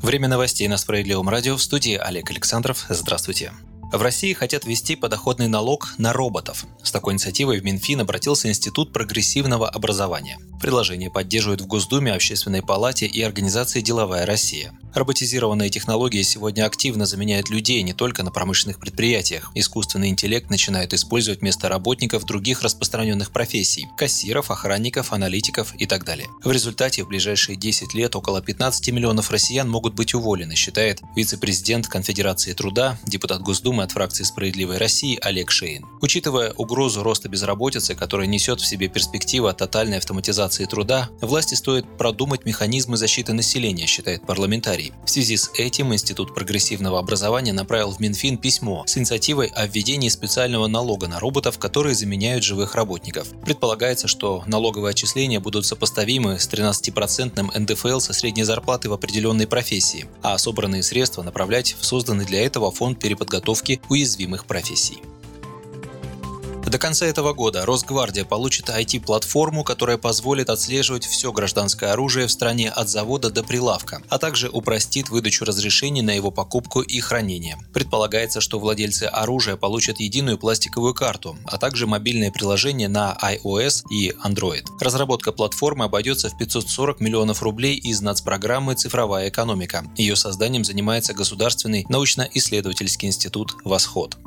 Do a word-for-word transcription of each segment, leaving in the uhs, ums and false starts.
Время новостей на Справедливом радио, в студии Олег Александров. Здравствуйте. В России хотят ввести подоходный налог на роботов. С такой инициативой в Минфин обратился Институт прогрессивного образования. Предложение поддерживают в Госдуме, Общественной палате и организации «Деловая Россия». Роботизированные технологии сегодня активно заменяют людей не только на промышленных предприятиях. Искусственный интеллект начинают использовать вместо работников других распространенных профессий – кассиров, охранников, аналитиков и так далее. В результате в ближайшие десять лет около пятнадцати миллионов россиян могут быть уволены, считает вице-президент Конфедерации труда, депутат Госдумы от фракции «Справедливой России» Олег Шейн. Учитывая угрозу роста безработицы, которая несет в себе перспектива тотальной автоматизации труда, власти стоит продумать механизмы защиты населения, считает парламентарий. В связи с этим Институт прогрессивного образования направил в Минфин письмо с инициативой о введении специального налога на роботов, которые заменяют живых работников. Предполагается, что налоговые отчисления будут сопоставимы с тринадцатипроцентным эн дэ эф эл со средней зарплаты в определенной профессии, а собранные средства направлять в созданный для этого фонд переподготовки уязвимых профессий. До конца этого года Росгвардия получит ай ти-платформу, которая позволит отслеживать все гражданское оружие в стране от завода до прилавка, а также упростит выдачу разрешений на его покупку и хранение. Предполагается, что владельцы оружия получат единую пластиковую карту, а также мобильное приложение на iOS и Android. Разработка платформы обойдется в пятьсот сорок миллионов рублей из нацпрограммы «Цифровая экономика». Ее созданием занимается Государственный научно-исследовательский институт «Восход».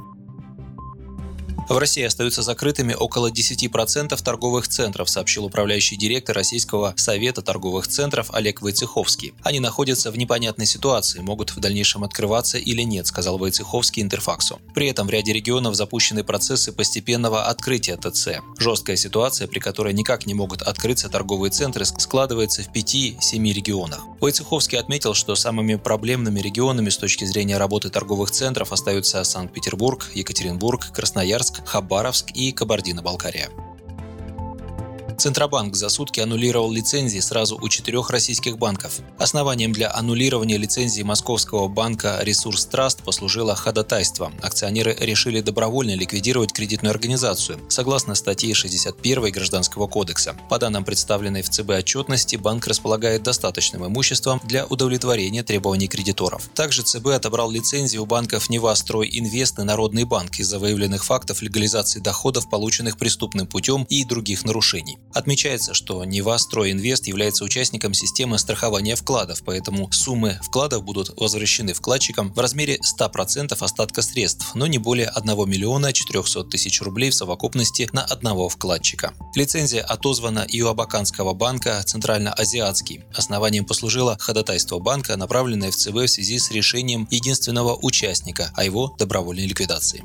В России остаются закрытыми около десяти процентов торговых центров, сообщил управляющий директор Российского совета торговых центров Олег Войцеховский. Они находятся в непонятной ситуации, могут в дальнейшем открываться или нет, сказал Войцеховский Интерфаксу. При этом в ряде регионов запущены процессы постепенного открытия тэ цэ. Жесткая ситуация, при которой никак не могут открыться торговые центры, складывается в пяти-семи регионах. Войцеховский отметил, что самыми проблемными регионами с точки зрения работы торговых центров остаются Санкт-Петербург, Екатеринбург, Красноярск, Хабаровск и Кабардино-Балкария. Центробанк за сутки аннулировал лицензии сразу у четырех российских банков. Основанием для аннулирования лицензии московского банка «Ресурс Траст» послужило ходатайство. Акционеры решили добровольно ликвидировать кредитную организацию, согласно статье шестьдесят первой Гражданского кодекса. По данным представленной в цэ бэ отчетности, банк располагает достаточным имуществом для удовлетворения требований кредиторов. Также цэ бэ отобрал лицензии у банков «Нева Строй Инвест» и «Народный банк» из-за выявленных фактов легализации доходов, полученных преступным путем, и других нарушений. Отмечается, что Нева Строй Инвест является участником системы страхования вкладов, поэтому суммы вкладов будут возвращены вкладчикам в размере ста процентов остатка средств, но не более одного миллиона четырехсот тысяч рублей в совокупности на одного вкладчика. Лицензия отозвана и у Абаканского банка «Центральноазиатский». Основанием послужило ходатайство банка, направленное в цэ бэ в связи с решением единственного участника о его добровольной ликвидации.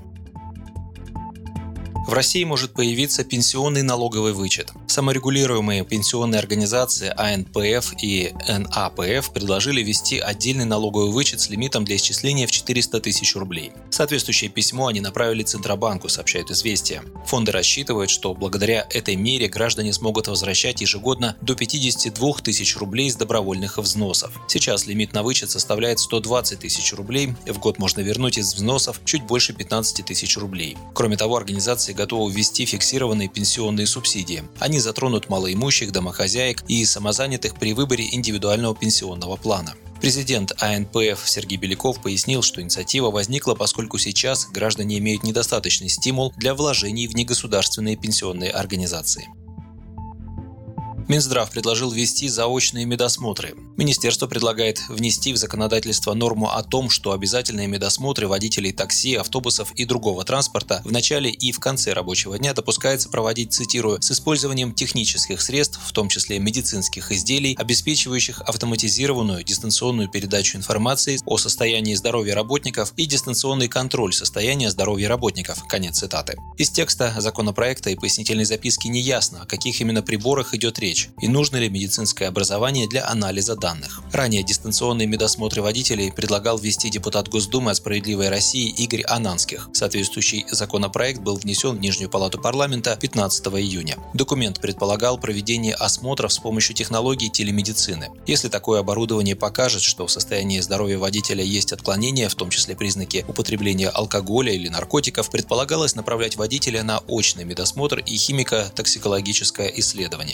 В России может появиться пенсионный налоговый вычет. Саморегулируемые пенсионные организации а эн пэ эф и эн а пэ эф предложили ввести отдельный налоговый вычет с лимитом для исчисления в четыреста тысяч рублей. Соответствующее письмо они направили Центробанку, сообщают «Известия». Фонды рассчитывают, что благодаря этой мере граждане смогут возвращать ежегодно до пятидесяти двух тысяч рублей с добровольных взносов. Сейчас лимит на вычет составляет сто двадцать тысяч рублей. В год можно вернуть из взносов чуть больше пятнадцати тысяч рублей. Кроме того, организации готовы ввести фиксированные пенсионные субсидии. Они затронут малоимущих, домохозяек и самозанятых при выборе индивидуального пенсионного плана. Президент а эн пэ эф Сергей Беляков пояснил, что инициатива возникла, поскольку сейчас граждане имеют недостаточный стимул для вложений в негосударственные пенсионные организации. Минздрав предложил ввести заочные медосмотры. Министерство предлагает внести в законодательство норму о том, что обязательные медосмотры водителей такси, автобусов и другого транспорта в начале и в конце рабочего дня допускается проводить, цитирую, с использованием технических средств, в том числе медицинских изделий, обеспечивающих автоматизированную дистанционную передачу информации о состоянии здоровья работников и дистанционный контроль состояния здоровья работников. Конец цитаты. Из текста законопроекта и пояснительной записки не ясно, о каких именно приборах идет речь и нужно ли медицинское образование для анализа данных. Ранее дистанционные медосмотры водителей предлагал ввести депутат Госдумы от «Справедливой России» Игорь Ананских. Соответствующий законопроект был внесен в Нижнюю палату парламента пятнадцатого июня. Документ предполагал проведение осмотров с помощью технологий телемедицины. Если такое оборудование покажет, что в состоянии здоровья водителя есть отклонения, в том числе признаки употребления алкоголя или наркотиков, предполагалось направлять водителя на очный медосмотр и химико-токсикологическое исследование. Важно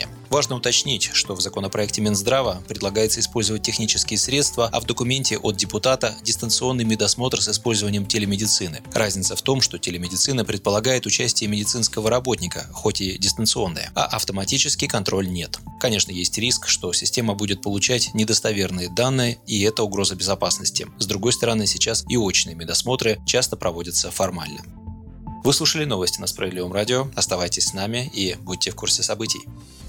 важно уточнить, что в законопроекте Минздрава предлагается использовать технические средства, а в документе от депутата – дистанционный медосмотр с использованием телемедицины. Разница в том, что телемедицина предполагает участие медицинского работника, хоть и дистанционное, а автоматический контроль нет. Конечно, есть риск, что система будет получать недостоверные данные, и это угроза безопасности. С другой стороны, сейчас и очные медосмотры часто проводятся формально. Вы слушали новости на Справедливом радио. Оставайтесь с нами и будьте в курсе событий.